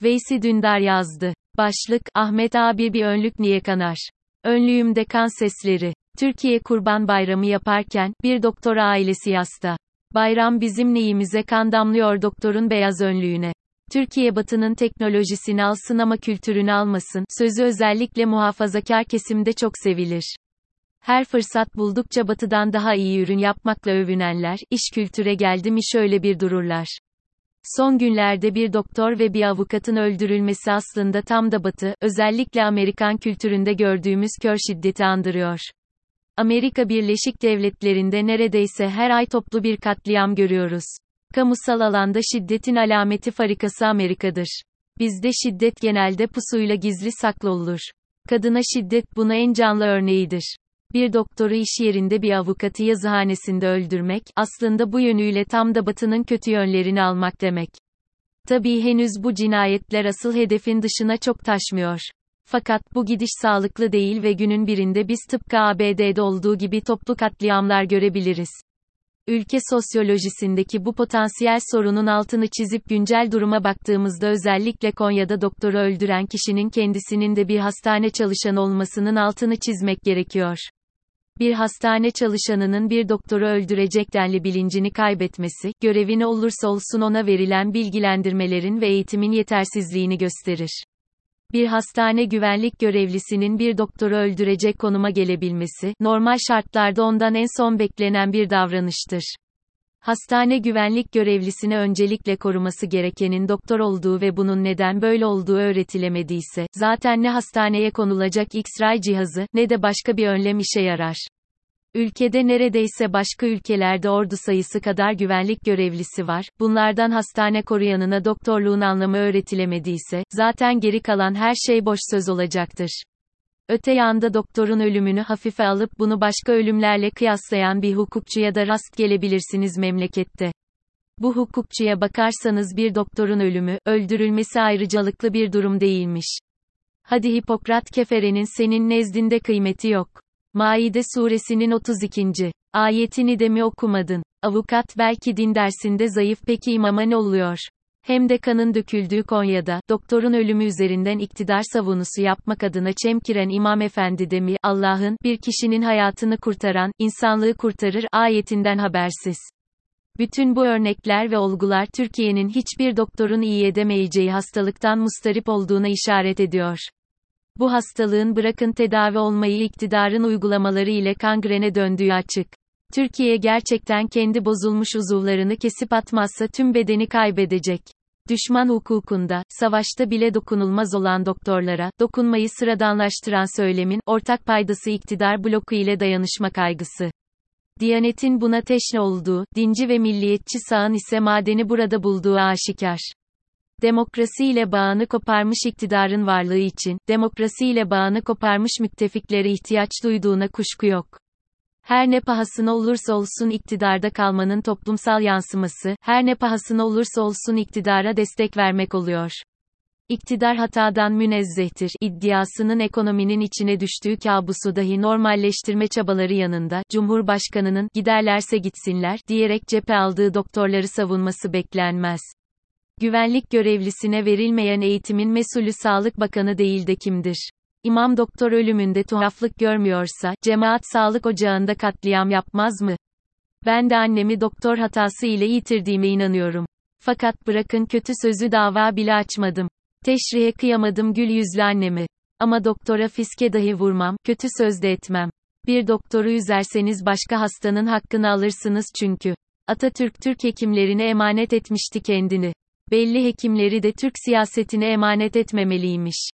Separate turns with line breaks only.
Veysi Dündar yazdı. Başlık, Ahmet abi bir önlük niye kanar? Önlüğümde kan sesleri. Türkiye Kurban Bayramı yaparken, bir doktor ailesi yasta. Bayram bizim neyimize kan damlıyor doktorun beyaz önlüğüne. Türkiye Batı'nın teknolojisini alsın ama kültürünü almasın, sözü özellikle muhafazakar kesimde çok sevilir. Her fırsat buldukça Batı'dan daha iyi ürün yapmakla övünenler, iş kültüre geldi mi şöyle bir dururlar. Son günlerde bir doktor ve bir avukatın öldürülmesi aslında tam da Batı, özellikle Amerikan kültüründe gördüğümüz kör şiddeti andırıyor. Amerika Birleşik Devletleri'nde neredeyse her ay toplu bir katliam görüyoruz. Kamusal alanda şiddetin alameti farikası Amerika'dır. Bizde şiddet genelde pusuyla gizli saklı olur. Kadına şiddet buna en canlı örneğidir. Bir doktoru iş yerinde bir avukatı yazıhanesinde öldürmek, aslında bu yönüyle tam da Batı'nın kötü yönlerini almak demek. Tabii henüz bu cinayetler asıl hedefin dışına çok taşmıyor. Fakat bu gidiş sağlıklı değil ve günün birinde biz tıpkı ABD'de olduğu gibi toplu katliamlar görebiliriz. Ülke sosyolojisindeki bu potansiyel sorunun altını çizip güncel duruma baktığımızda özellikle Konya'da doktoru öldüren kişinin kendisinin de bir hastane çalışanı olmasının altını çizmek gerekiyor. Bir hastane çalışanının bir doktoru öldürecek denli bilincini kaybetmesi, görevi ne olursa olsun ona verilen bilgilendirmelerin ve eğitimin yetersizliğini gösterir. Bir hastane güvenlik görevlisinin bir doktoru öldürecek konuma gelebilmesi, normal şartlarda ondan en son beklenen bir davranıştır. Hastane güvenlik görevlisine öncelikle koruması gerekenin doktor olduğu ve bunun neden böyle olduğu öğretilemediyse, zaten ne hastaneye konulacak X-ray cihazı, ne de başka bir önlem işe yarar. Ülkede neredeyse başka ülkelerde ordu sayısı kadar güvenlik görevlisi var, bunlardan hastane koruyanına doktorluğun anlamı öğretilemediyse, zaten geri kalan her şey boş söz olacaktır. Öte yanda doktorun ölümünü hafife alıp bunu başka ölümlerle kıyaslayan bir hukukçuya da rast gelebilirsiniz memlekette. Bu hukukçuya bakarsanız bir doktorun ölümü, öldürülmesi ayrıcalıklı bir durum değilmiş. Hadi Hipokrat keferenin senin nezdinde kıymeti yok. Maide suresinin 32. ayetini de mi okumadın? Avukat belki din dersinde zayıf peki imama ne oluyor? Hem de kanın döküldüğü Konya'da, doktorun ölümü üzerinden iktidar savunusu yapmak adına çemkiren İmam Efendi de mi, Allah'ın, bir kişinin hayatını kurtaran, insanlığı kurtarır, ayetinden habersiz. Bütün bu örnekler ve olgular Türkiye'nin hiçbir doktorun iyi edemeyeceği hastalıktan mustarip olduğuna işaret ediyor. Bu hastalığın bırakın tedavi olmayı iktidarın uygulamaları ile kangrene döndüğü açık. Türkiye gerçekten kendi bozulmuş uzuvlarını kesip atmazsa tüm bedeni kaybedecek. Düşman hukukunda, savaşta bile dokunulmaz olan doktorlara, dokunmayı sıradanlaştıran söylemin, ortak paydası iktidar bloku ile dayanışma kaygısı. Diyanet'in buna teşne olduğu, dinci ve milliyetçi sağın ise madeni burada bulduğu aşikar. Demokrasi ile bağını koparmış iktidarın varlığı için, demokrasi ile bağını koparmış müttefiklere ihtiyaç duyduğuna kuşku yok. Her ne pahasına olursa olsun iktidarda kalmanın toplumsal yansıması, her ne pahasına olursa olsun iktidara destek vermek oluyor. İktidar hatadan münezzehtir, iddiasının ekonominin içine düştüğü kabusu dahi normalleştirme çabaları yanında, Cumhurbaşkanının, giderlerse gitsinler, diyerek cephe aldığı doktorları savunması beklenmez. Güvenlik görevlisine verilmeyen eğitimin mesulü Sağlık Bakanı değil de kimdir? İmam doktor ölümünde tuhaflık görmüyorsa, cemaat sağlık ocağında katliam yapmaz mı? Ben de annemi doktor hatası ile yitirdiğime inanıyorum. Fakat bırakın kötü sözü dava bile açmadım. Teşrihe kıyamadım gül yüzlü annemi. Ama doktora fiske dahi vurmam, kötü söz de etmem. Bir doktoru üzerseniz başka hastanın hakkını alırsınız çünkü. Atatürk Türk hekimlerine emanet etmişti kendini. Belli hekimleri de Türk siyasetine emanet etmemeliymiş.